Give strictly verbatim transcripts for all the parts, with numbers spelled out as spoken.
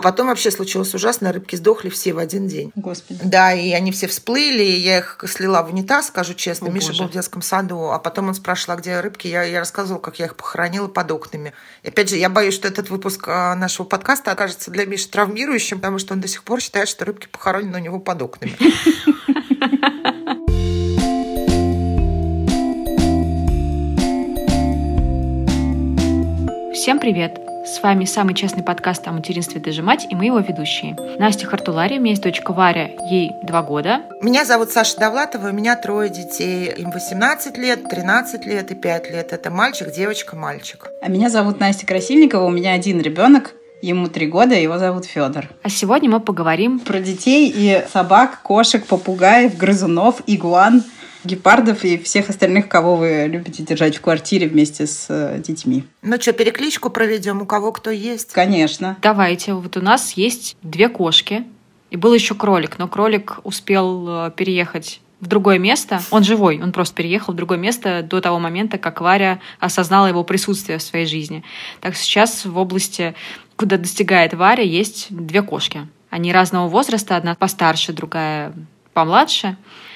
потом вообще случилось ужасно, рыбки сдохли все в один день. Господи. Да, и они все всплыли, и я их слила в унитаз, скажу честно. О, Миша Боже. был в детском саду, а потом он спрашивал, а где рыбки? Я, я рассказывала, как я их похоронила под окнами. И опять же, я боюсь, что этот выпуск нашего подкаста окажется для Миши травмирующим, потому что он до сих пор считает, что рыбки похоронены у него под окнами. Всем привет! С вами самый честный подкаст о материнстве «Даже мать» и мы его ведущие. Настя Хартулари, у меня есть дочка Варя, ей два года. Меня зовут Саша Довлатова, у меня трое детей. Им восемнадцать лет, тринадцать лет и пять лет. Это мальчик, девочка, мальчик. А меня зовут Настя Красильникова, у меня один ребенок, ему три года, его зовут Федор. А сегодня мы поговорим Про детей и собак, кошек, попугаев, грызунов, игуан, гепардов и всех остальных, кого вы любите держать в квартире вместе с э, детьми. Ну что, перекличку проведем, у кого кто есть? Конечно. Давайте, вот у нас есть две кошки, и был еще кролик, но кролик успел переехать в другое место. Он живой, он просто переехал в другое место до того момента, как Варя осознала его присутствие в своей жизни. Так сейчас в области, куда достигает Варя, есть две кошки. Они разного возраста, одна постарше, другая помладше.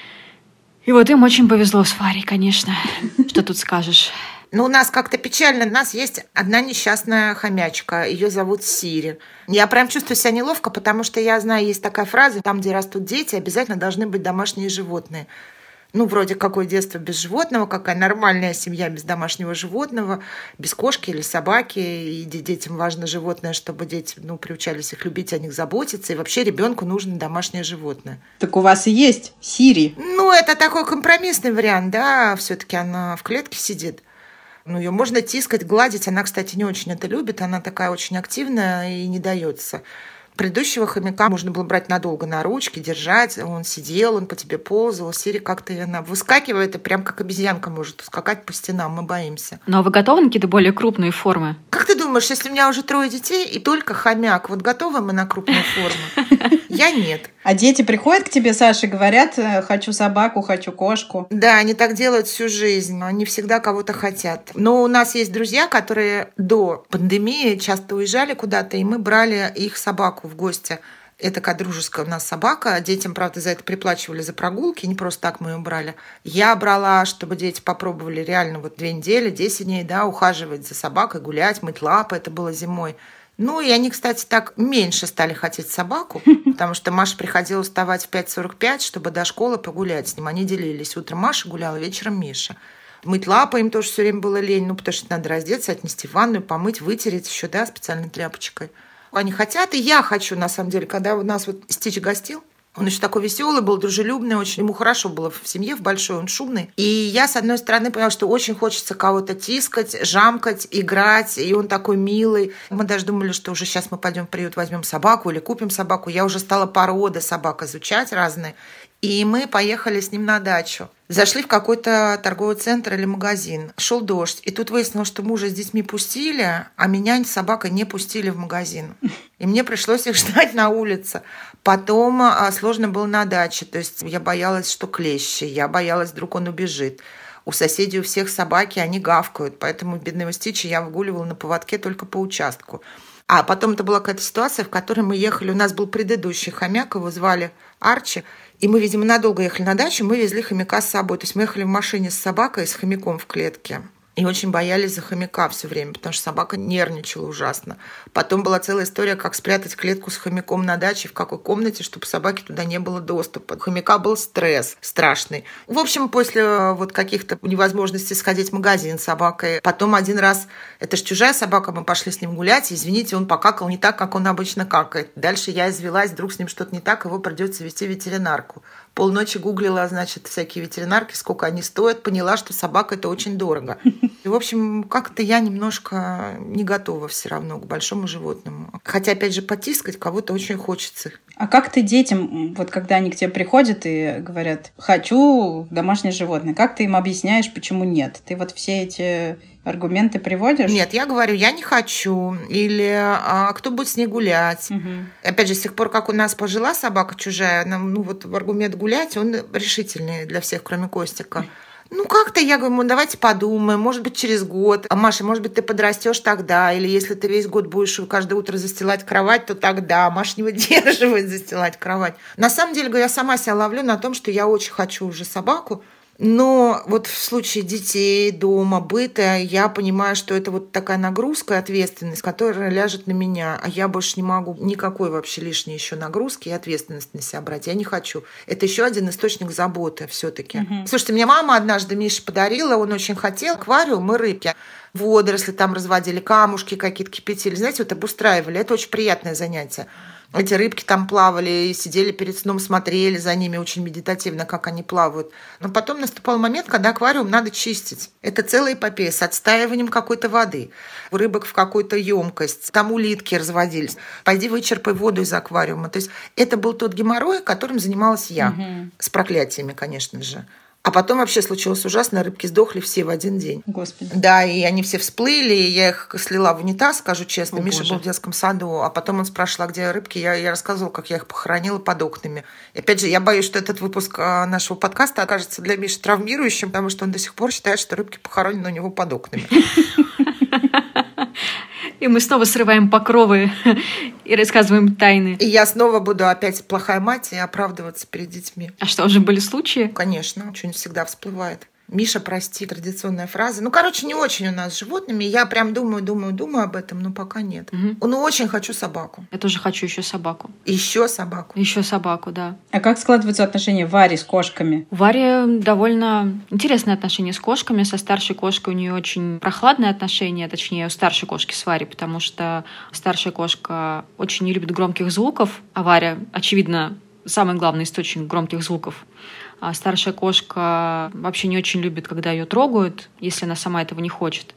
И вот им очень повезло с Варей, конечно. Что тут скажешь? Ну, у нас как-то печально. У нас есть одна несчастная хомячка. Ее зовут Сири. Я прям чувствую себя неловко, потому что я знаю, есть такая фраза, там, где растут дети, обязательно должны быть домашние животные. Ну, вроде какое детство без животного, какая нормальная семья без домашнего животного, без кошки или собаки. И детям важно животное, чтобы дети ну, приучались их любить, о них заботиться. И вообще ребенку нужно домашнее животное. Так у вас и есть Сири. Ну, это такой компромиссный вариант, да. Все-таки она в клетке сидит. Ну, ее можно тискать, гладить. Она, кстати, не очень это любит. Она такая очень активная и не дается. Предыдущего хомяка можно было брать надолго на ручки, держать. Он сидел, он по тебе ползал. Сири как-то она выскакивает и прям как обезьянка может скакать по стенам. Мы боимся. Но вы готовы на какие-то более крупные формы? Как ты думаешь, если у меня уже трое детей и только хомяк, вот готовы мы на крупную форму? Я нет. А дети приходят к тебе, Саша, и говорят, хочу собаку, хочу кошку. Да, они так делают всю жизнь. Они всегда кого-то хотят. Но у нас есть друзья, которые до пандемии часто уезжали куда-то, и мы брали их собаку в гости. Это такая дружеская у нас собака. Детям, правда, за это приплачивали за прогулки. Не просто так мы ее брали. Я брала, чтобы дети попробовали реально вот две недели, десять дней, да, ухаживать за собакой, гулять, мыть лапы. Это было зимой. Ну, и они, кстати, так меньше стали хотеть собаку, потому что Маша приходила вставать в пять сорок пять, чтобы до школы погулять с ним. Они делились. Утром Маша гуляла, вечером Миша. Мыть лапы им тоже все время было лень, ну, потому что надо раздеться, отнести в ванную, помыть, вытереть еще, да, специальной тряпочкой. Они хотят, и я хочу, на самом деле. Когда у нас вот Стич гостил, он еще такой веселый был, дружелюбный, очень ему хорошо было в семье, в большой, он шумный. И я, с одной стороны, поняла, что очень хочется кого-то тискать, жамкать, играть, и он такой милый. Мы даже думали, что уже сейчас мы пойдем в приют, возьмем собаку или купим собаку. Я уже стала породы собак изучать разные. И мы поехали с ним на дачу. Зашли в какой-то торговый центр или магазин. Шел дождь. И тут выяснилось, что мужа с детьми пустили, а меня с собакой не пустили в магазин. И мне пришлось их ждать на улице. Потом сложно было на даче. То есть я боялась, что клещи. Я боялась, вдруг он убежит. У соседей у всех собаки, они гавкают. Поэтому бедного Стича я выгуливала на поводке только по участку. А потом это была какая-то ситуация, в которой мы ехали. У нас был предыдущий хомяк, его звали Арчи. И мы, видимо, надолго ехали на дачу, мы везли хомяка с собой. То есть мы ехали в машине с собакой, с хомяком в клетке. И очень боялись за хомяка все время, потому что собака нервничала ужасно. Потом была целая история, как спрятать клетку с хомяком на даче, в какой комнате, чтобы собаке туда не было доступа. У хомяка был стресс страшный. В общем, после вот каких-то невозможностей сходить в магазин с собакой, потом один раз, это ж чужая собака, мы пошли с ним гулять, и, извините, он покакал не так, как он обычно какает. Дальше я извелась, вдруг с ним что-то не так, его придется везти в ветеринарку. Полночи гуглила, значит, всякие ветеринарки, сколько они стоят, поняла, что собака – это очень дорого. И, в общем, как-то я немножко не готова все равно к большому животному. Хотя, опять же, потискать кого-то очень хочется. А как ты детям, вот когда они к тебе приходят и говорят, хочу домашнее животное, как ты им объясняешь, почему нет? Ты вот все эти аргументы приводишь? Нет, я говорю, я не хочу. Или а кто будет с ней гулять? Угу. Опять же, с тех пор, как у нас пожила собака чужая, нам, ну вот аргумент гулять, он решительный для всех, кроме Костика. Ну, как-то я говорю, ну, давайте подумаем, может быть, через год. А, Маша, может быть, ты подрастешь тогда, или если ты весь год будешь каждое утро застилать кровать, то тогда. Маша не выдерживает застилать кровать. На самом деле, говорю, я сама себя ловлю на том, что я очень хочу уже собаку. Но вот в случае детей, дома, быта, я понимаю, что это вот такая нагрузка, ответственность, которая ляжет на меня, а я больше не могу никакой вообще лишней еще нагрузки и ответственности на себя брать. Я не хочу. Это еще один источник заботы все-таки. Mm-hmm. Слушайте, мне мама однажды Мише подарила, он очень хотел аквариум и рыбки. Водоросли там разводили, камушки какие-то кипятили. Знаете, вот обустраивали. Это очень приятное занятие. Эти рыбки там плавали, сидели перед сном, смотрели за ними очень медитативно, как они плавают. Но потом наступал момент, когда аквариум надо чистить. Это целая эпопея с отстаиванием какой-то воды, рыбок в какую-то емкость, там улитки разводились. Пойди вычерпай воду из аквариума. То есть это был тот геморрой, которым занималась я. Угу. С проклятиями, конечно же. А потом вообще случилось ужасно, рыбки сдохли все в один день. Господи. Да, и они все всплыли, и я их слила в унитаз, скажу честно. О, Миша Боже. был в детском саду, а потом он спрашивал, а где рыбки. Я, я рассказывала, как я их похоронила под окнами. И опять же, я боюсь, что этот выпуск нашего подкаста окажется для Миши травмирующим, потому что он до сих пор считает, что рыбки похоронены у него под окнами. И мы снова срываем покровы и рассказываем тайны. И я снова буду опять плохая мать и оправдываться перед детьми. А что, уже были случаи? Конечно, что-нибудь всегда всплывает. Миша, прости, традиционная фраза. Ну, короче, не очень у нас с животными. Я прям думаю, думаю, думаю об этом, но пока нет. Угу. Ну, очень хочу собаку. Я тоже хочу еще собаку. Еще собаку. Еще собаку, да. А как складываются отношения Вари с кошками? У Вари довольно интересные отношения с кошками. Со старшей кошкой у нее очень прохладные отношения, точнее, у старшей кошки с Варей, потому что старшая кошка очень не любит громких звуков, а Варя, очевидно, самый главный источник громких звуков. А старшая кошка вообще не очень любит, когда ее трогают, если она сама этого не хочет.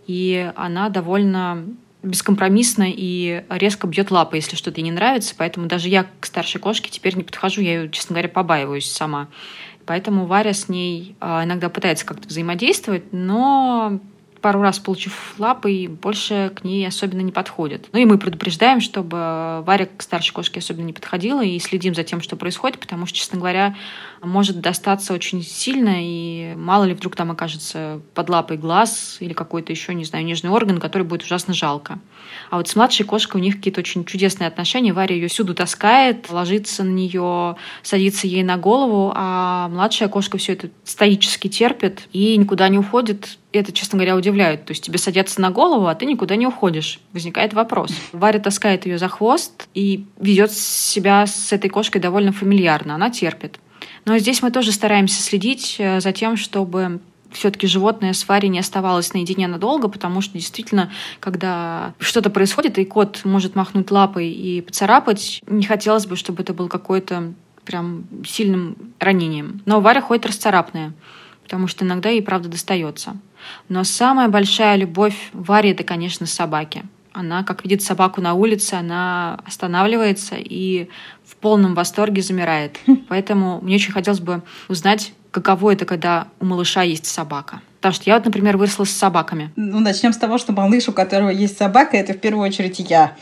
И она довольно бескомпромиссно и резко бьет лапы, если что-то ей не нравится. Поэтому даже я к старшей кошке теперь не подхожу, я ее, честно говоря, побаиваюсь сама. Поэтому Варя с ней иногда пытается как-то взаимодействовать, но пару раз получив лапы, больше к ней особенно не подходит. Ну и мы предупреждаем, чтобы Варя к старшей кошке особенно не подходила, и следим за тем, что происходит, потому что, честно говоря, может достаться очень сильно, и мало ли вдруг там окажется под лапой глаз или какой-то еще, не знаю, нежный орган, который будет ужасно жалко. А вот с младшей кошкой у них какие-то очень чудесные отношения. Варя ее всюду таскает, ложится на нее, садится ей на голову, а младшая кошка все это стоически терпит и никуда не уходит. И это, честно говоря, удивляет. То есть тебе садятся на голову, а ты никуда не уходишь. Возникает вопрос. Варя таскает ее за хвост и ведет себя с этой кошкой довольно фамильярно. Она терпит. Но здесь мы тоже стараемся следить за тем, чтобы все-таки животное с Варей не оставалось наедине надолго, потому что действительно, когда что-то происходит, и кот может махнуть лапой и поцарапать, не хотелось бы, чтобы это было какое-то прям сильным ранением. Но Варя ходит расцарапанная, потому что иногда ей, правда, достается. Но самая большая любовь Вари — это, конечно, собаки. Она, как видит собаку на улице, она останавливается и в полном восторге замирает. Поэтому мне очень хотелось бы узнать, каково это, когда у малыша есть собака. Потому что я вот, например, выросла с собаками. Ну, начнем с того, что малыш, у которого есть собака, это в первую очередь я.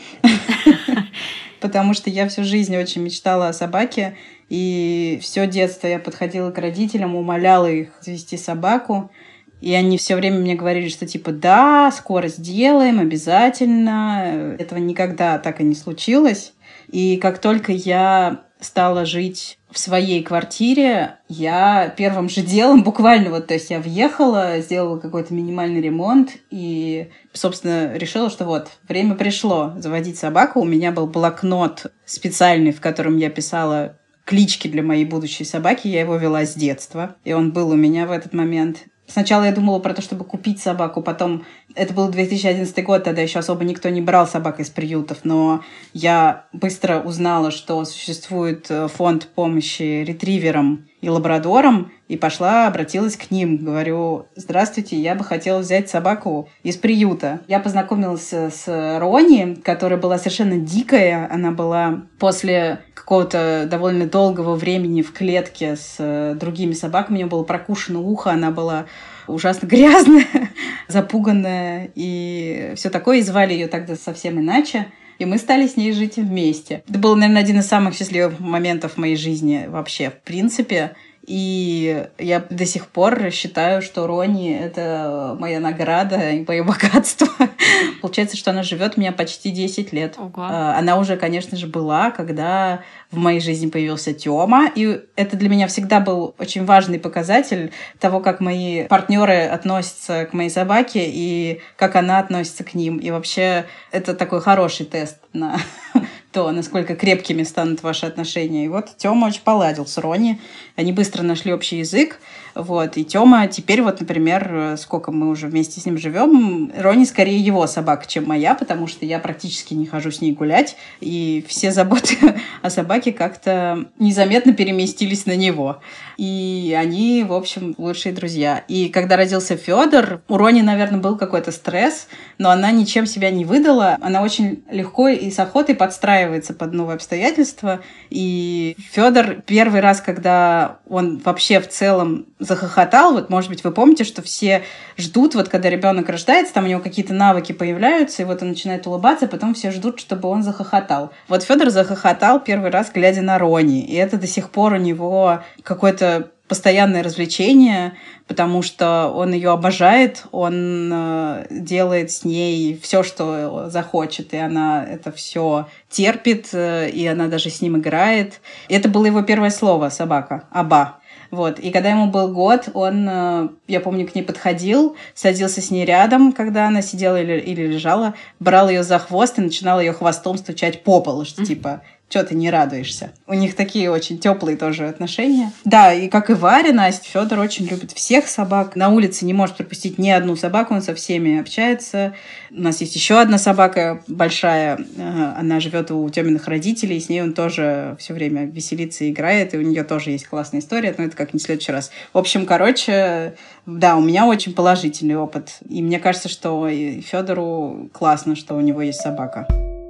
Потому что я всю жизнь очень мечтала о собаке. И все детство я подходила к родителям, умоляла их завести собаку. И они все время мне говорили, что типа да, скоро сделаем, обязательно. Этого никогда так и не случилось. И как только я стала жить в своей квартире, я первым же делом буквально вот, то есть я въехала, сделала какой-то минимальный ремонт и, собственно, решила, что вот, время пришло заводить собаку. У меня был блокнот специальный, в котором я писала клички для моей будущей собаки. Я его вела с детства, и он был у меня в этот момент. Сначала я думала про то, чтобы купить собаку, потом... Это был две тысячи одиннадцатый год, тогда еще особо никто не брал собак из приютов, но я быстро узнала, что существует фонд помощи ретриверам и лабрадорам, и пошла, обратилась к ним. Говорю: здравствуйте, я бы хотела взять собаку из приюта. Я познакомилась с Рони, которая была совершенно дикая. Она была после какого-то довольно долгого времени в клетке с другими собаками. У нее было прокушено ухо, она была ужасно грязная, запуганная и все такое. И звали ее тогда совсем иначе. И мы стали с ней жить вместе. Это был, наверное, один из самых счастливых моментов в моей жизни вообще, в принципе. И я до сих пор считаю, что Рони — это моя награда и мое богатство. Получается, что она живет у меня почти десять лет. Ого. Она уже, конечно же, была, когда в моей жизни появился Тёма. И это для меня всегда был очень важный показатель того, как мои партнеры относятся к моей собаке и как она относится к ним. И вообще это такой хороший тест на то, насколько крепкими станут ваши отношения. И вот Тёма очень поладил с Рони. Они быстро нашли общий язык. Вот. И Тёма теперь, вот, например, сколько мы уже вместе с ним живем, Рони скорее его собака, чем моя, потому что я практически не хожу с ней гулять. И все заботы о собаке как-то незаметно переместились на него. И они, в общем, лучшие друзья. И когда родился Фёдор, у Рони, наверное, был какой-то стресс, но она ничем себя не выдала. Она очень легко и с охотой подстраивается под новые обстоятельства. И Фёдор первый раз, когда он вообще в целом захохотал, вот, может быть, вы помните, что все ждут, вот, когда ребенок рождается, там у него какие-то навыки появляются, и вот он начинает улыбаться, потом все ждут, чтобы он захохотал. Вот Фёдор захохотал первый раз, глядя на Рони, и это до сих пор у него какое-то постоянное развлечение, потому что он ее обожает, он э, делает с ней все, что захочет, и она это все терпит, э, и она даже с ним играет. И это было его первое слово «собака», «аба». Вот. И когда ему был год, он, я помню, к ней подходил, садился с ней рядом, когда она сидела или, или лежала, брал ее за хвост и начинал ее хвостом стучать по полу, что типа «Чё ты не радуешься?». У них такие очень теплые тоже отношения. Да, и как и Варя, Настя, Фёдор очень любит всех собак. На улице не может пропустить ни одну собаку, он со всеми общается. У нас есть еще одна собака большая, она живет у Тёминых родителей, с ней он тоже все время веселится и играет, и у нее тоже есть классная история, но это как-нибудь в следующий раз. В общем, короче, да, у меня очень положительный опыт. И мне кажется, что Фёдору классно, что у него есть собака.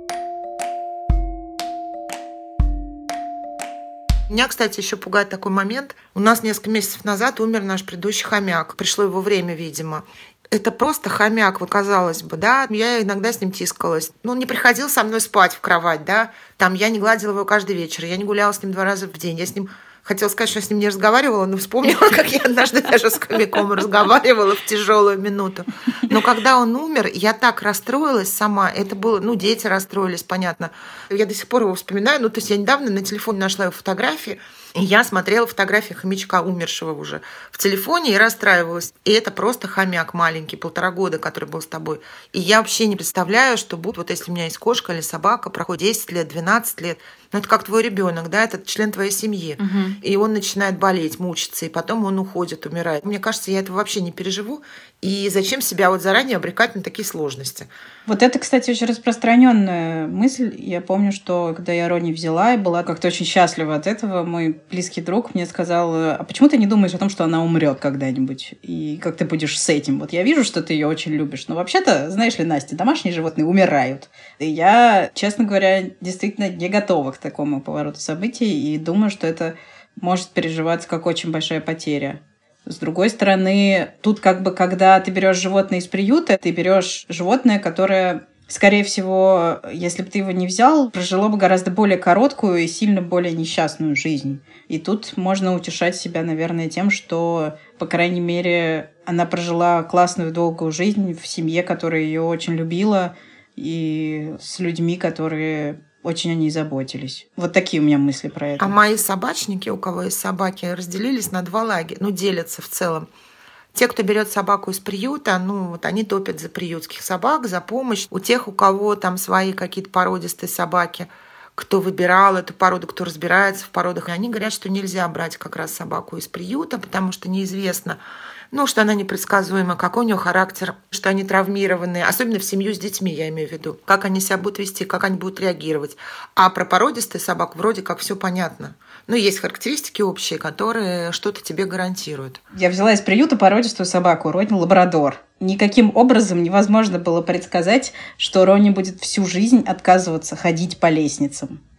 Меня, кстати, еще пугает такой момент. У нас несколько месяцев назад умер наш предыдущий хомяк. Пришло его время, видимо. Это просто хомяк, вот казалось бы, да. Я иногда с ним тискалась. Но он не приходил со мной спать в кровать, да. Там я не гладила его каждый вечер. Я не гуляла с ним два раза в день. Я с ним... Хотела сказать, что я с ним не разговаривала, но вспомнила, как я однажды даже с хомяком разговаривала в тяжелую минуту. Но когда он умер, я так расстроилась сама. Это было, ну, дети расстроились, понятно. Я до сих пор его вспоминаю. Ну, то есть я недавно на телефоне нашла его фотографии, и я смотрела фотографии хомячка, умершего уже, в телефоне и расстраивалась. И это просто хомяк маленький, полтора года, который был с тобой. И я вообще не представляю, что будет, вот если у меня есть кошка или собака, проходит десять лет, двенадцать лет, ну, это как твой ребенок, да, это член твоей семьи. Угу. И он начинает болеть, мучиться, и потом он уходит, умирает. Мне кажется, я этого вообще не переживу. И зачем себя вот заранее обрекать на такие сложности? Вот это, кстати, очень распространенная мысль. Я помню, что когда я Рони взяла и была как-то очень счастлива от этого, мой близкий друг мне сказал: а почему ты не думаешь о том, что она умрет когда-нибудь? И как ты будешь с этим? Вот я вижу, что ты ее очень любишь, но вообще-то, знаешь ли, Настя, домашние животные умирают. И я, честно говоря, действительно не готова к такому повороту событий и думаю, что это может переживаться как очень большая потеря. С другой стороны, тут как бы, когда ты берешь животное из приюта, ты берешь животное, которое, скорее всего, если бы ты его не взял, прожило бы гораздо более короткую и сильно более несчастную жизнь. И тут можно утешать себя, наверное, тем, что, по крайней мере, она прожила классную долгую жизнь в семье, которая ее очень любила, и с людьми, которые очень о ней заботились. Вот такие у меня мысли про это. А мои собачники, у кого есть собаки, разделились на два лагеря, ну, делятся в целом. Те, кто берет собаку из приюта, ну, вот они топят за приютских собак, за помощь. У тех, у кого там свои какие-то породистые собаки, кто выбирал эту породу, кто разбирается в породах, они говорят, что нельзя брать как раз собаку из приюта, потому что неизвестно, ну, что она непредсказуема, какой у нее характер, что они травмированные, особенно в семью с детьми, я имею в виду, как они себя будут вести, как они будут реагировать. А про породистую собаку вроде как все понятно. Ну, есть характеристики общие, которые что-то тебе гарантируют. Я взяла из приюта породистую собаку, Рони лабрадор. Никаким образом невозможно было предсказать, что Рони будет всю жизнь отказываться ходить по лестницам.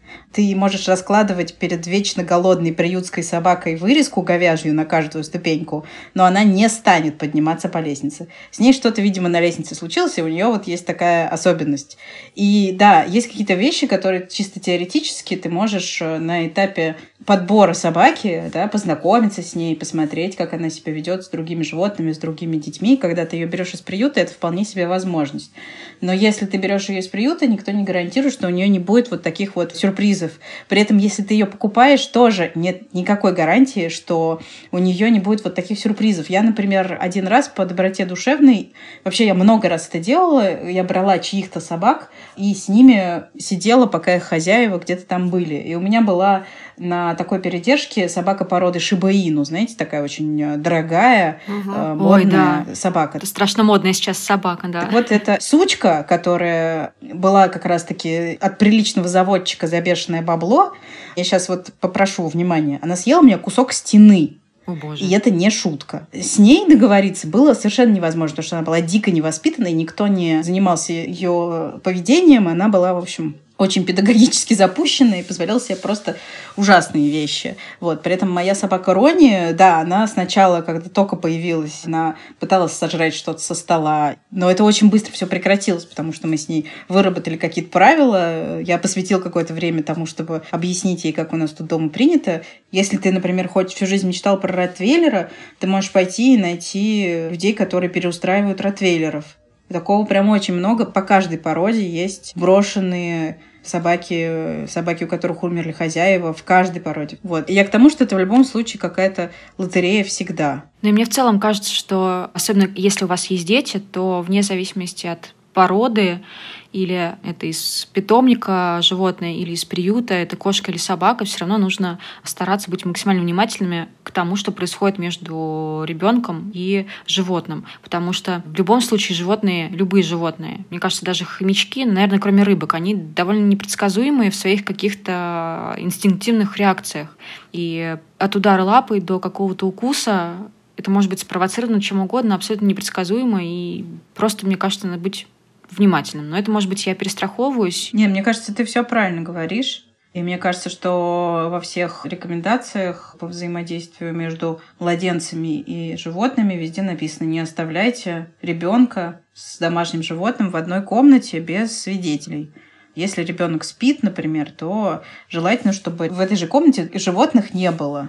Ты можешь раскладывать перед вечно голодной приютской собакой вырезку говяжью на каждую ступеньку, но она не станет подниматься по лестнице. С ней что-то, видимо, на лестнице случилось, и у нее вот есть такая особенность. И да, есть какие-то вещи, которые чисто теоретически ты можешь на этапе подбора собаки, да, познакомиться с ней, посмотреть, как она себя ведет с другими животными, с другими детьми. Когда ты ее берешь из приюта, это вполне себе возможность. Но если ты берешь ее из приюта, никто не гарантирует, что у нее не будет вот таких вот сюрпризов. При этом, если ты ее покупаешь, тоже нет никакой гарантии, что у нее не будет вот таких сюрпризов. Я, например, один раз по доброте душевной, вообще я много раз это делала, я брала чьих-то собак и с ними сидела, пока их хозяева где-то там были. И у меня была на такой передержке собака породы Шиба-Ину, знаете, такая очень дорогая, угу. э, модная Ой, да. собака. Это страшно модная сейчас собака, да. Так вот эта сучка, которая была как раз-таки от приличного заводчика за бешеное бабло, я сейчас вот попрошу внимания, она съела у меня кусок стены. О, боже. И это не шутка. С ней договориться было совершенно невозможно, потому что она была дико невоспитанной, никто не занимался ее поведением, она была, в общем, очень педагогически запущенная и позволяла себе просто ужасные вещи. Вот. При этом моя собака Рони, да, она сначала, когда только появилась, она пыталась сожрать что-то со стола, но это очень быстро все прекратилось, потому что мы с ней выработали какие-то правила. Я посвятила какое-то время тому, чтобы объяснить ей, как у нас тут дома принято. Если ты, например, хоть всю жизнь мечтал про ротвейлера, ты можешь пойти и найти людей, которые переустраивают ротвейлеров. Такого прям очень много. По каждой породе есть брошенные собаки, собаки, у которых умерли хозяева, в каждой породе. Вот. И я к тому, что это в любом случае какая-то лотерея всегда. Ну и мне в целом кажется, что, особенно если у вас есть дети, то вне зависимости от породы, или это из питомника животное, или из приюта, это кошка или собака, все равно нужно стараться быть максимально внимательными к тому, что происходит между ребенком и животным. Потому что в любом случае животные, любые животные, мне кажется, даже хомячки, наверное, кроме рыбок, они довольно непредсказуемые в своих каких-то инстинктивных реакциях. И от удара лапой до какого-то укуса это может быть спровоцировано чем угодно, абсолютно непредсказуемо, и просто, мне кажется, надо быть внимательным. Но это, может быть, я перестраховываюсь. Не, мне кажется, ты все правильно говоришь. И мне кажется, что во всех рекомендациях по взаимодействию между младенцами и животными везде написано: не оставляйте ребенка с домашним животным в одной комнате без свидетелей. Если ребенок спит, например, то желательно, чтобы в этой же комнате животных не было.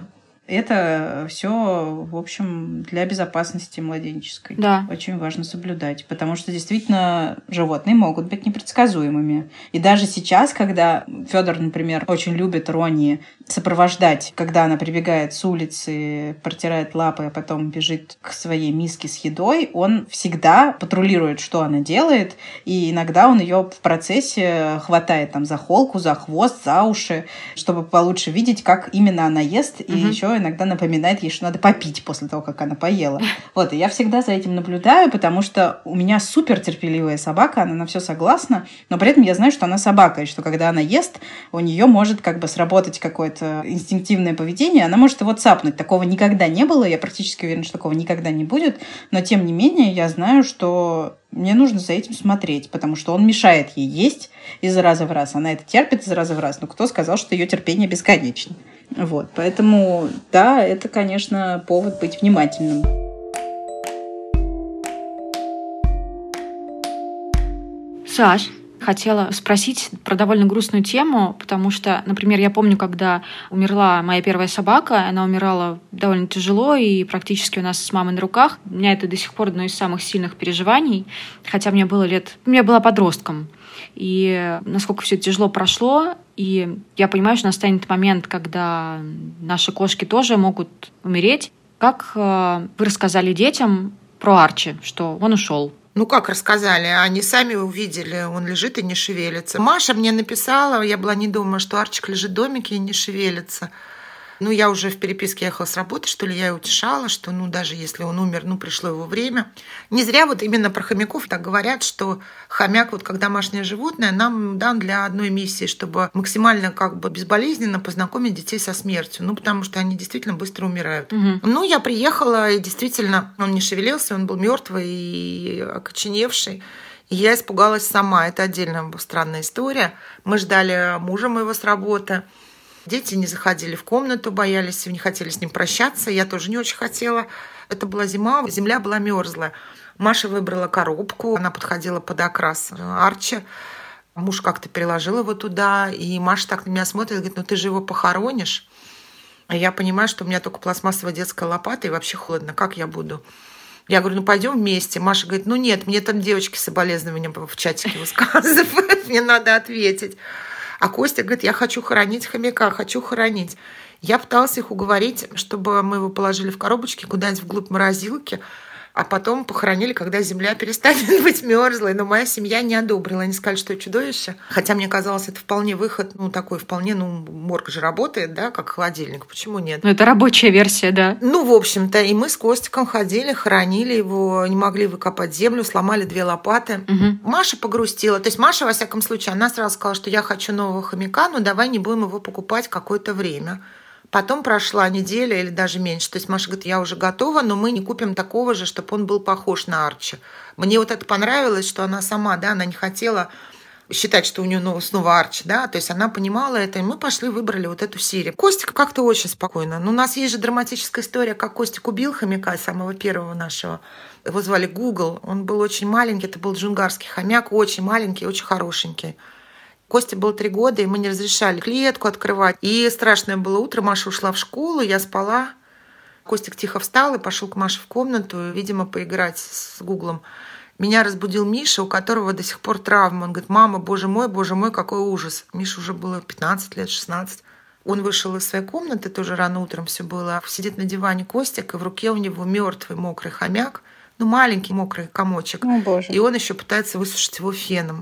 Это все, в общем, для безопасности младенческой. Да. Очень важно соблюдать, потому что действительно животные могут быть непредсказуемыми. И даже сейчас, когда Федор, например, очень любит Рони сопровождать, когда она прибегает с улицы, протирает лапы, а потом бежит к своей миске с едой, он всегда патрулирует, что она делает, и иногда он ее в процессе хватает там за холку, за хвост, за уши, чтобы получше видеть, как именно она ест, и угу. еще иногда напоминает ей, что надо попить после того, как она поела. Вот, и я всегда за этим наблюдаю, потому что у меня супер терпеливая собака, она на все согласна, но при этом я знаю, что она собака, и что когда она ест, у нее может как бы сработать какое-то инстинктивное поведение, она может его цапнуть. Такого никогда не было, я практически уверена, что такого никогда не будет, но тем не менее я знаю, что мне нужно за этим смотреть, потому что он мешает ей есть из раза в раз. Она это терпит из раза в раз. Но кто сказал, что ее терпение бесконечно? Вот. Поэтому, да, это, конечно, повод быть внимательным. Саш, хотела спросить про довольно грустную тему, потому что, например, я помню, когда умерла моя первая собака, она умирала довольно тяжело и практически у нас с мамой на руках. У меня это до сих пор одно из самых сильных переживаний, хотя мне было лет... Я была подростком. И насколько все тяжело прошло, и я понимаю, что настанет момент, когда наши кошки тоже могут умереть. Как вы рассказали детям про Арчи, что он ушел? Ну, как рассказали, они сами увидели, он лежит и не шевелится. Маша мне написала, я была не дома, что Арчик лежит в домике и не шевелится. Ну, я уже в переписке ехала с работы, что ли, я утешала, что, ну, даже если он умер, ну, пришло его время. Не зря вот именно про хомяков так говорят, что хомяк, вот как домашнее животное, нам дан для одной миссии, чтобы максимально как бы безболезненно познакомить детей со смертью, ну, потому что они действительно быстро умирают. Угу. Ну, я приехала, и действительно он не шевелился, он был мертвый и окоченевший. И я испугалась сама. Это отдельная странная история. Мы ждали мужа моего с работы. Дети не заходили в комнату, боялись, не хотели с ним прощаться. Я тоже не очень хотела. Это была зима, земля была мерзлая. Маша выбрала коробку, она подходила под окрас Арчи. Муж как-то переложил его туда, и Маша так на меня смотрит и говорит, ну ты же его похоронишь. А я понимаю, что у меня только пластмассовая детская лопата, и вообще холодно. Как я буду? Я говорю, ну пойдем вместе. Маша говорит, ну нет, мне там девочки соболезнования в чатике высказывают, мне надо ответить. А Костя говорит, я хочу хоронить хомяка, хочу хоронить. Я пыталась их уговорить, чтобы мы его положили в коробочки куда-нибудь вглубь морозилки, а потом похоронили, когда земля перестанет быть мерзлой. Но моя семья не одобрила. Они сказали, что это чудовище. Хотя мне казалось, это вполне выход, ну, такой, вполне, ну, морг же работает, да, как холодильник. Почему нет? Ну, это рабочая версия, да. Ну, в общем-то, и мы с Костиком ходили, хоронили его, не могли выкопать землю, сломали две лопаты. Угу. Маша погрустила. То есть Маша, во всяком случае, она сразу сказала, что я хочу нового хомяка, но давай не будем его покупать какое-то время. Потом прошла неделя или даже меньше. То есть Маша говорит, я уже готова, но мы не купим такого же, чтобы он был похож на Арчи. Мне вот это понравилось, что она сама, да, она не хотела считать, что у нее снова Арчи, да, то есть она понимала это, и мы пошли, выбрали вот эту серию. Костик как-то очень спокойно. Но у нас есть же драматическая история, как Костик убил хомяка, самого первого нашего. Его звали Гугл, он был очень маленький, это был джунгарский хомяк, очень маленький, очень хорошенький. Косте было три года, и мы не разрешали клетку открывать. И страшное было утро, Маша ушла в школу, я спала. Костик тихо встал и пошел к Маше в комнату, видимо, поиграть с Гуглом. Меня разбудил Миша, у которого до сих пор травма. Он говорит, мама, боже мой, боже мой, какой ужас. Мише уже было пятнадцать лет, шестнадцать. Он вышел из своей комнаты, тоже рано утром все было. Сидит на диване Костик, и в руке у него мертвый мокрый хомяк, ну, маленький мокрый комочек. О, боже. И он еще пытается высушить его феном.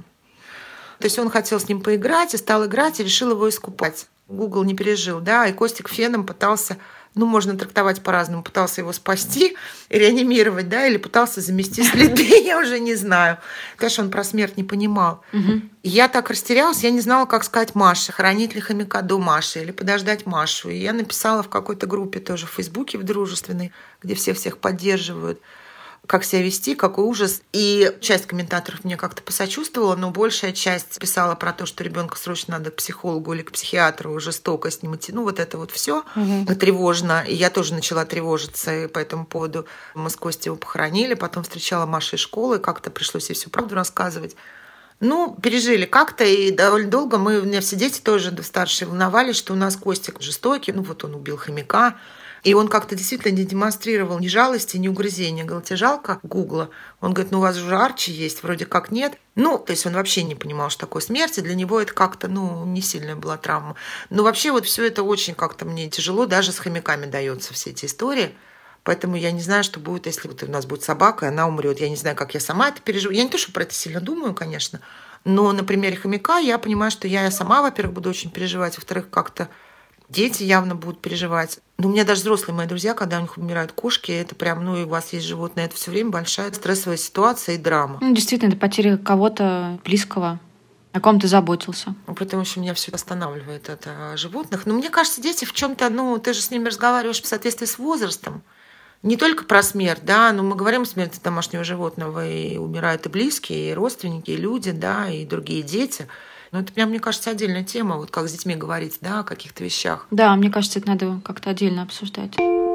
То есть он хотел с ним поиграть и стал играть, и решил его искупать. Гугл не пережил, да, и Костик феном пытался, ну, можно трактовать по-разному, пытался его спасти, реанимировать, да, или пытался замести следы, я уже не знаю. Конечно, он про смерть не понимал. Угу. И я так растерялась, я не знала, как сказать Маше, хоронить ли хомяка до Маши или подождать Машу. И я написала в какой-то группе тоже в Фейсбуке, в дружественной, где все всех поддерживают, как себя вести, какой ужас. И часть комментаторов мне как-то посочувствовала, но большая часть писала про то, что ребенка срочно надо к психологу или к психиатру, жестоко с ним идти. Ну, вот это вот все угу. тревожно. И я тоже начала тревожиться по этому поводу. Мы с Костей его похоронили, потом встречала Машу из школы, как-то пришлось ей всю правду рассказывать. Ну, пережили как-то, и довольно долго мы, у меня все дети тоже старшие волновались, что у нас Костик жестокий, ну, вот он убил хомяка. И он как-то действительно не демонстрировал ни жалости, ни угрызения. Говорил, тебе жалко Гугла? Он говорит, ну у вас же Арчи есть, вроде как нет. Ну, то есть он вообще не понимал, что такое смерть, и для него это как-то, ну, не сильная была травма. Но вообще вот все это очень как-то мне тяжело, даже с хомяками дается все эти истории. Поэтому я не знаю, что будет, если вот у нас будет собака, и она умрет. Я не знаю, как я сама это переживу. Я не то, что про это сильно думаю, конечно, но на примере хомяка я понимаю, что я сама, во-первых, буду очень переживать, во-вторых, как-то дети явно будут переживать. Ну, у меня даже взрослые мои друзья, когда у них умирают кошки, это прям, ну, и у вас есть животное, это все время большая стрессовая ситуация и драма. Ну, действительно, это потеря кого-то близкого, о ком ты заботился. Ну, потому что меня все останавливает от животных. Но мне кажется, дети в чем-то, ну, ты же с ними разговариваешь в соответствии с возрастом. Не только про смерть, да, но мы говорим о смерти домашнего животного, и умирают и близкие, и родственники, и люди, да, и другие дети. Но это прям, мне кажется, отдельная тема, вот как с детьми говорить, да, о каких-то вещах. Да, мне кажется, это надо как-то отдельно обсуждать.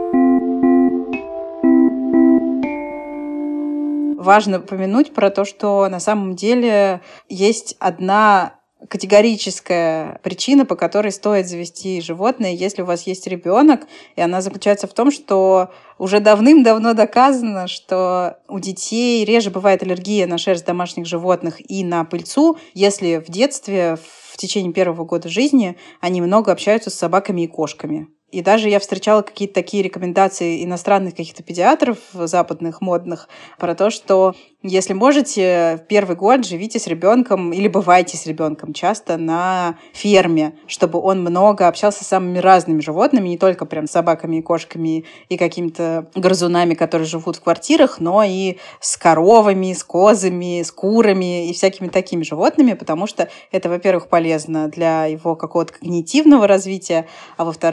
Важно упомянуть про то, что на самом деле есть одна категорическая причина, по которой стоит завести животное, если у вас есть ребенок, и она заключается в том, что уже давным-давно доказано, что у детей реже бывает аллергия на шерсть домашних животных и на пыльцу, если в детстве, в течение первого года жизни, они много общаются с собаками и кошками. И даже я встречала какие-то такие рекомендации иностранных каких-то педиатров западных, модных, про то, что если можете, в первый год живите с ребенком или бывайте с ребенком часто на ферме, чтобы он много общался с самыми разными животными, не только прям с собаками и кошками и какими-то грызунами, которые живут в квартирах, но и с коровами, с козами, с курами и всякими такими животными, потому что это, во-первых, полезно для его какого-то когнитивного развития, а во-вторых, это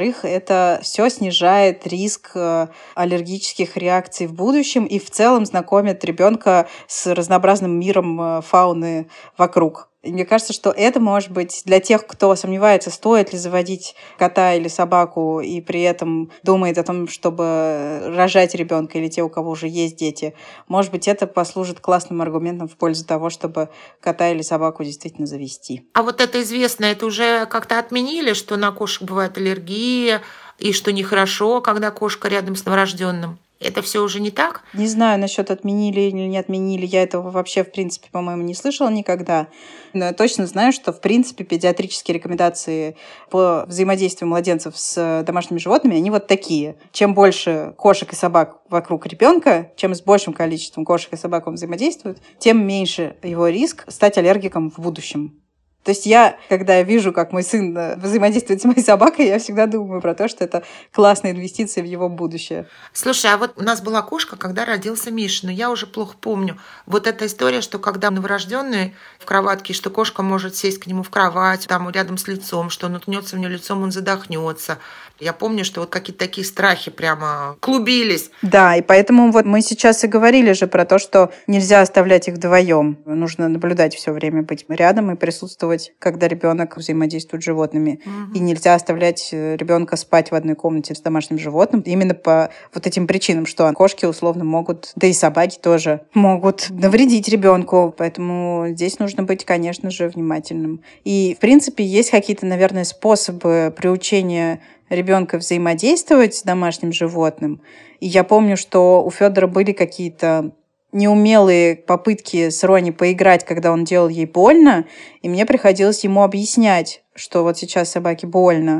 это все снижает риск аллергических реакций в будущем и в целом знакомит ребенка с разнообразным миром фауны вокруг. И мне кажется, что это может быть для тех, кто сомневается, стоит ли заводить кота или собаку, и при этом думает о том, чтобы рожать ребенка, или те, у кого уже есть дети. Может быть, это послужит классным аргументом в пользу того, чтобы кота или собаку действительно завести. А вот это известно, это уже как-то отменили, что на кошек бывает аллергия, и что нехорошо, когда кошка рядом с новорожденным. Это все уже не так? Не знаю, насчет отменили или не отменили. Я этого вообще, в принципе, по-моему, не слышала никогда. Но я точно знаю, что, в принципе, педиатрические рекомендации по взаимодействию младенцев с домашними животными, они вот такие. Чем больше кошек и собак вокруг ребенка, чем с большим количеством кошек и собак он взаимодействует, тем меньше его риск стать аллергиком в будущем. То есть я, когда я вижу, как мой сын взаимодействует с моей собакой, я всегда думаю про то, что это классная инвестиция в его будущее. Слушай, а вот у нас была кошка, когда родился Миша, но я уже плохо помню. Вот эта история, что когда новорожденный в кроватке, что кошка может сесть к нему в кровать, там рядом с лицом, что он уткнется в нее лицом, он задохнется. Я помню, что вот какие-то такие страхи прямо клубились. Да, и поэтому вот мы сейчас и говорили же про то, что нельзя оставлять их вдвоем. Нужно наблюдать все время, быть рядом и присутствовать, когда ребенок взаимодействует с животными. Угу. И нельзя оставлять ребенка спать в одной комнате с домашним животным. Именно по вот этим причинам, что кошки условно могут, да и собаки тоже, могут навредить ребенку. Поэтому здесь нужно быть, конечно же, внимательным. И, в принципе, есть какие-то, наверное, способы приучения ребенка взаимодействовать с домашним животным. И я помню, что у Федора были какие-то неумелые попытки с Рони поиграть, когда он делал ей больно, и мне приходилось ему объяснять, что вот сейчас собаке больно,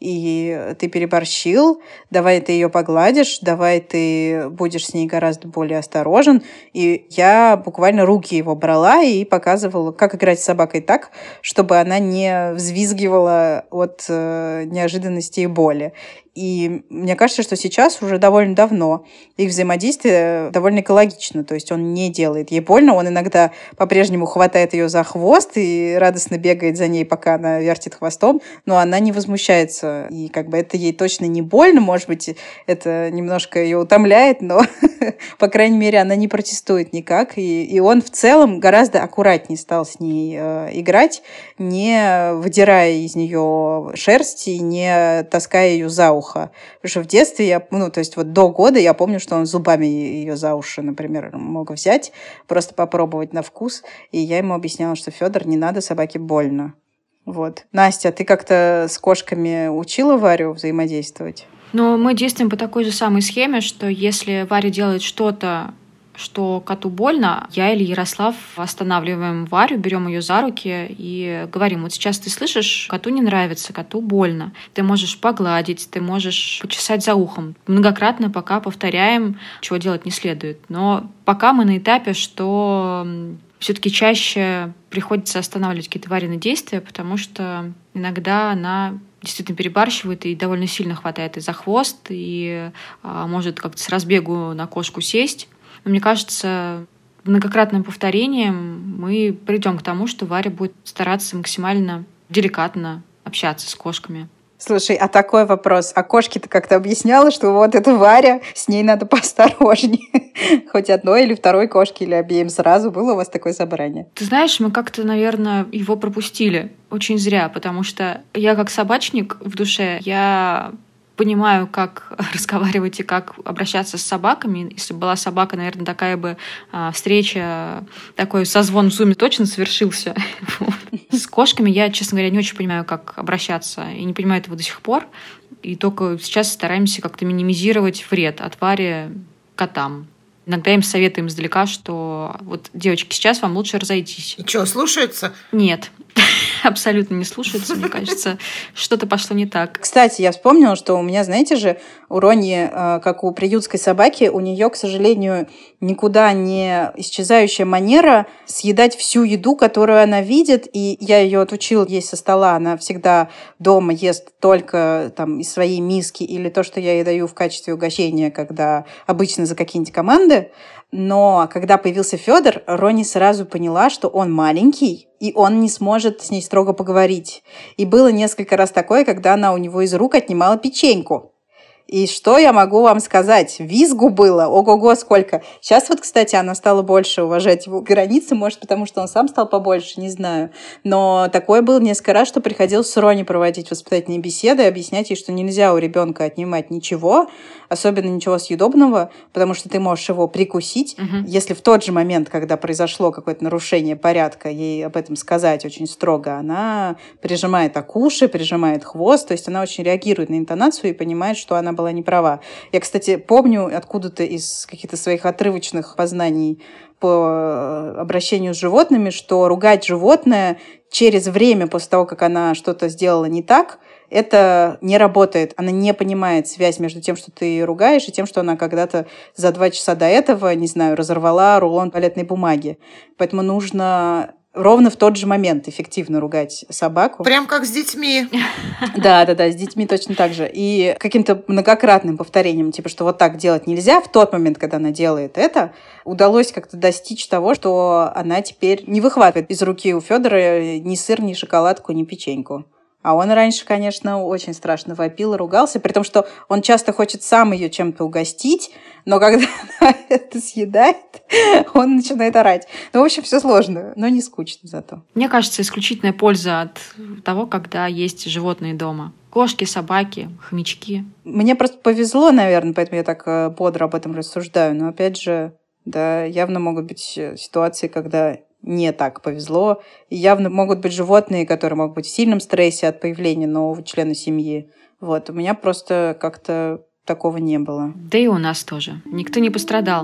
и ты переборщил, давай ты ее погладишь, давай ты будешь с ней гораздо более осторожен. И я буквально руки его брала и показывала, как играть с собакой так, чтобы она не взвизгивала от э, неожиданности и боли. И мне кажется, что сейчас уже довольно давно их взаимодействие довольно экологично. То есть он не делает ей больно, он иногда по-прежнему хватает ее за хвост и радостно бегает за ней, пока она вертит хвостом, но она не возмущается. И как бы это ей точно не больно, может быть, это немножко ее утомляет, но, по крайней мере, она не протестует никак. И, и он в целом гораздо аккуратнее стал с ней э, играть, не выдирая из нее шерсть и не таская ее за ухо. Потому что в детстве, я, ну, то есть вот до года я помню, что он зубами ее за уши, например, мог взять, просто попробовать на вкус. И я ему объясняла, что Федор, не надо, собаке больно. Вот. Настя, ты как-то с кошками учила Варю взаимодействовать? Ну, мы действуем по такой же самой схеме, что если Варя делает что-то, что коту больно, я или Ярослав останавливаем Варю, берем ее за руки и говорим: вот сейчас ты слышишь, коту не нравится, коту больно. Ты можешь погладить, ты можешь почесать за ухом. Многократно пока повторяем, чего делать не следует. Но пока мы на этапе, что все-таки чаще приходится останавливать какие-то Варины действия, потому что иногда она действительно перебарщивает и довольно сильно хватает и за хвост, и а, может как-то с разбегу на кошку сесть. Но мне кажется, многократным повторением мы придем к тому, что Варя будет стараться максимально деликатно общаться с кошками. Слушай, а такой вопрос. А кошке-то как-то объясняла, что вот эта Варя, с ней надо поосторожнее. Хоть одной или второй кошке, или обеим сразу. Было у вас такое собрание? Ты знаешь, мы как-то, наверное, его пропустили. Очень зря, потому что я как собачник в душе, я понимаю, как разговаривать и как обращаться с собаками. Если бы была собака, наверное, такая бы а, встреча, такой созвон в зуме точно совершился. С кошками я, честно говоря, не очень понимаю, как обращаться. И не понимаю этого до сих пор. И только сейчас стараемся как-то минимизировать вред от Вари котам. Иногда им советуем издалека, что вот, девочки, сейчас вам лучше разойтись. И что, слушаются? Нет. Абсолютно не слушаются, мне кажется. Что-то пошло не так. Кстати, я вспомнила, что у меня, знаете же, у Рони, как у приютской собаки, у нее, к сожалению, никуда не исчезающая манера съедать всю еду, которую она видит. И я ее отучила есть со стола. Она всегда дома ест только там из своей миски или то, что я ей даю в качестве угощения, когда обычно за какие-нибудь команды. Но когда появился Федор, Рони сразу поняла, что он маленький, и он не сможет с ней строго поговорить. И было несколько раз такое, когда она у него из рук отнимала печеньку. И что я могу вам сказать? Визгу было, ого-го, сколько. Сейчас вот, кстати, она стала больше уважать его границы, может, потому что он сам стал побольше, не знаю. Но такое было несколько раз, что приходилось с Рони проводить воспитательные беседы, объяснять ей, что нельзя у ребенка отнимать ничего, особенно ничего съедобного, потому что ты можешь его прикусить. Угу. Если в тот же момент, когда произошло какое-то нарушение порядка, ей об этом сказать очень строго, она прижимает так уши, прижимает хвост, то есть она очень реагирует на интонацию и понимает, что она была не права. Я, кстати, помню откуда-то из каких-то своих отрывочных познаний по обращению с животными, что ругать животное через время после того, как она что-то сделала не так, это не работает. Она не понимает связь между тем, что ты ее ругаешь, и тем, что она когда-то за два часа до этого, не знаю, разорвала рулон туалетной бумаги. Поэтому нужно ровно в тот же момент эффективно ругать собаку. Прям как с детьми. Да, да, да, с детьми точно так же. И каким-то многократным повторением, типа, что вот так делать нельзя, в тот момент, когда она делает это, удалось как-то достичь того, что она теперь не выхватывает из руки у Федора ни сыр, ни шоколадку, ни печеньку. А он раньше, конечно, очень страшно вопил и ругался, при том, что он часто хочет сам ее чем-то угостить, но когда она это съедает, он начинает орать. Ну, в общем, все сложно, но не скучно зато. Мне кажется, исключительная польза от того, когда есть животные дома. Кошки, собаки, хомячки. Мне просто повезло, наверное, поэтому я так бодро об этом рассуждаю. Но, опять же, да, явно могут быть ситуации, когда не так повезло. И явно могут быть животные, которые могут быть в сильном стрессе от появления нового члена семьи. Вот. У меня просто как-то такого не было. Да и у нас тоже. Никто не пострадал.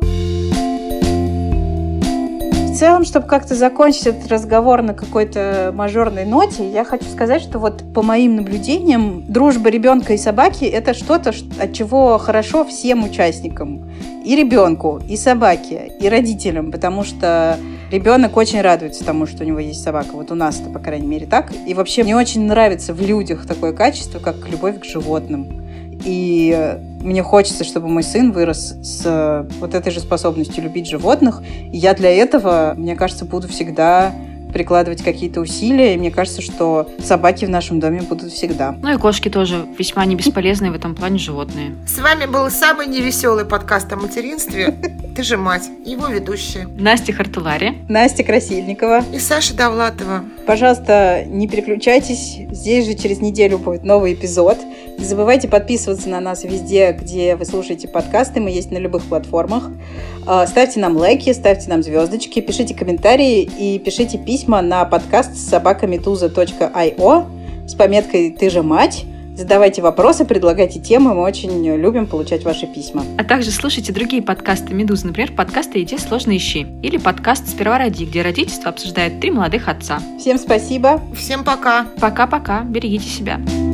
В целом, чтобы как-то закончить этот разговор на какой-то мажорной ноте, я хочу сказать, что вот по моим наблюдениям дружба ребенка и собаки – это что-то, от чего хорошо всем участникам. И ребенку, и собаке, и родителям, потому что ребенок очень радуется тому, что у него есть собака. Вот у нас это, по крайней мере, так. И вообще мне очень нравится в людях такое качество, как любовь к животным. И мне хочется, чтобы мой сын вырос с вот этой же способностью любить животных. И я для этого, мне кажется, буду всегда прикладывать какие-то усилия. И мне кажется, что собаки в нашем доме будут всегда. Ну и кошки тоже весьма не бесполезные в этом плане животные. С вами был самый невеселый подкаст о материнстве «Ты же мать». Его ведущие Настя Хартулари, Настя Красильникова и Саша Довлатова. Пожалуйста, не переключайтесь. Здесь же через неделю будет новый эпизод. Не забывайте подписываться на нас везде, где вы слушаете подкасты. Мы есть на любых платформах. Ставьте нам лайки, ставьте нам звездочки, пишите комментарии и пишите письма на подкаст собака медуза точка ай о с пометкой «Ты же мать». Задавайте вопросы, предлагайте темы. Мы очень любим получать ваши письма. А также слушайте другие подкасты «Медузы», например, подкаст «Иди сложно ищи» или подкаст «Сперва роди», где родительство обсуждает три молодых отца. Всем спасибо. Всем пока. Пока-пока. Берегите себя.